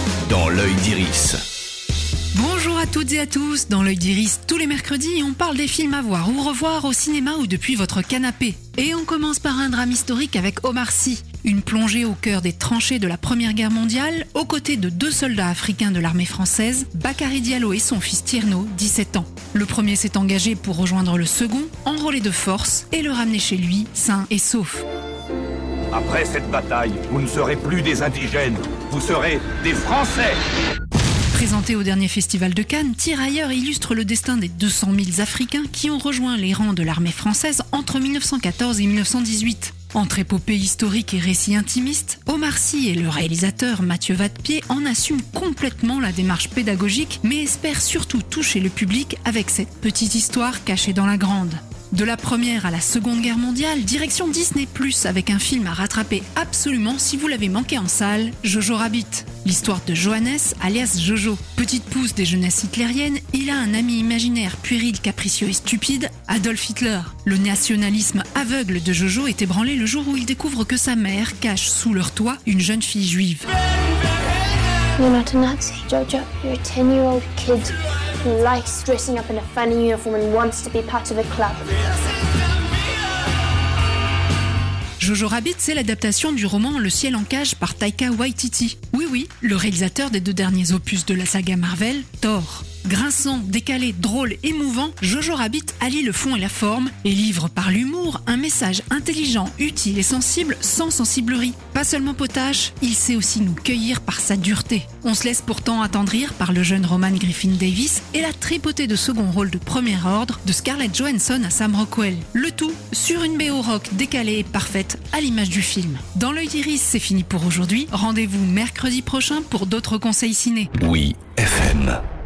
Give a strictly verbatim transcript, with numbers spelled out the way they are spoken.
dans l'œil d'Iris. Bonjour à toutes et à tous, dans l'œil d'Iris, tous les mercredis, on parle des films à voir ou revoir au cinéma ou depuis votre canapé. Et on commence par un drame historique avec Omar Sy, une plongée au cœur des tranchées de la Première Guerre mondiale, aux côtés de deux soldats africains de l'armée française, Bakary Diallo et son fils Tierno, dix-sept ans. Le premier s'est engagé pour rejoindre le second, enrôlé de force, et le ramener chez lui, sain et sauf. Après cette bataille, vous ne serez plus des indigènes, vous serez des Français. Présenté au dernier festival de Cannes, Tirailleurs illustre le destin des deux cent mille Africains qui ont rejoint les rangs de l'armée française entre mille neuf cent quatorze et mille neuf cent dix-huit. Entre épopée historique et récit intimiste, Omar Sy et le réalisateur Mathieu Vadepied en assument complètement la démarche pédagogique, mais espèrent surtout toucher le public avec cette petite histoire cachée dans la grande. De la première à la seconde guerre mondiale, direction Disney plus, avec un film à rattraper absolument si vous l'avez manqué en salle, Jojo Rabbit. L'histoire de Johannes, alias Jojo. Petite pousse des jeunesses hitlériennes, il a un ami imaginaire puéril, capricieux et stupide, Adolf Hitler. Le nationalisme aveugle de Jojo est ébranlé le jour où il découvre que sa mère cache sous leur toit une jeune fille juive. You're not a Nazi, Jojo. You're a ten-year-old kid who likes dressing up in a funny uniform and wants to be part of a club. Jojo Rabbit, c'est l'adaptation du roman Le ciel en cage par Taika Waititi. Oui, oui, le réalisateur des deux derniers opus de la saga Marvel, Thor. Grinçant, décalé, drôle, émouvant, Jojo Rabbit allie le fond et la forme et livre par l'humour un message intelligent, utile et sensible sans sensiblerie. Pas seulement potache, il sait aussi nous cueillir par sa dureté. On se laisse pourtant attendrir par le jeune Roman Griffin Davis et la tripotée de second rôle de premier ordre de Scarlett Johansson à Sam Rockwell. Le tout sur une B O rock décalée et parfaite à l'image du film. Dans l'œil d'Iris, c'est fini pour aujourd'hui. Rendez-vous mercredi prochain pour d'autres conseils ciné. Oui, F M.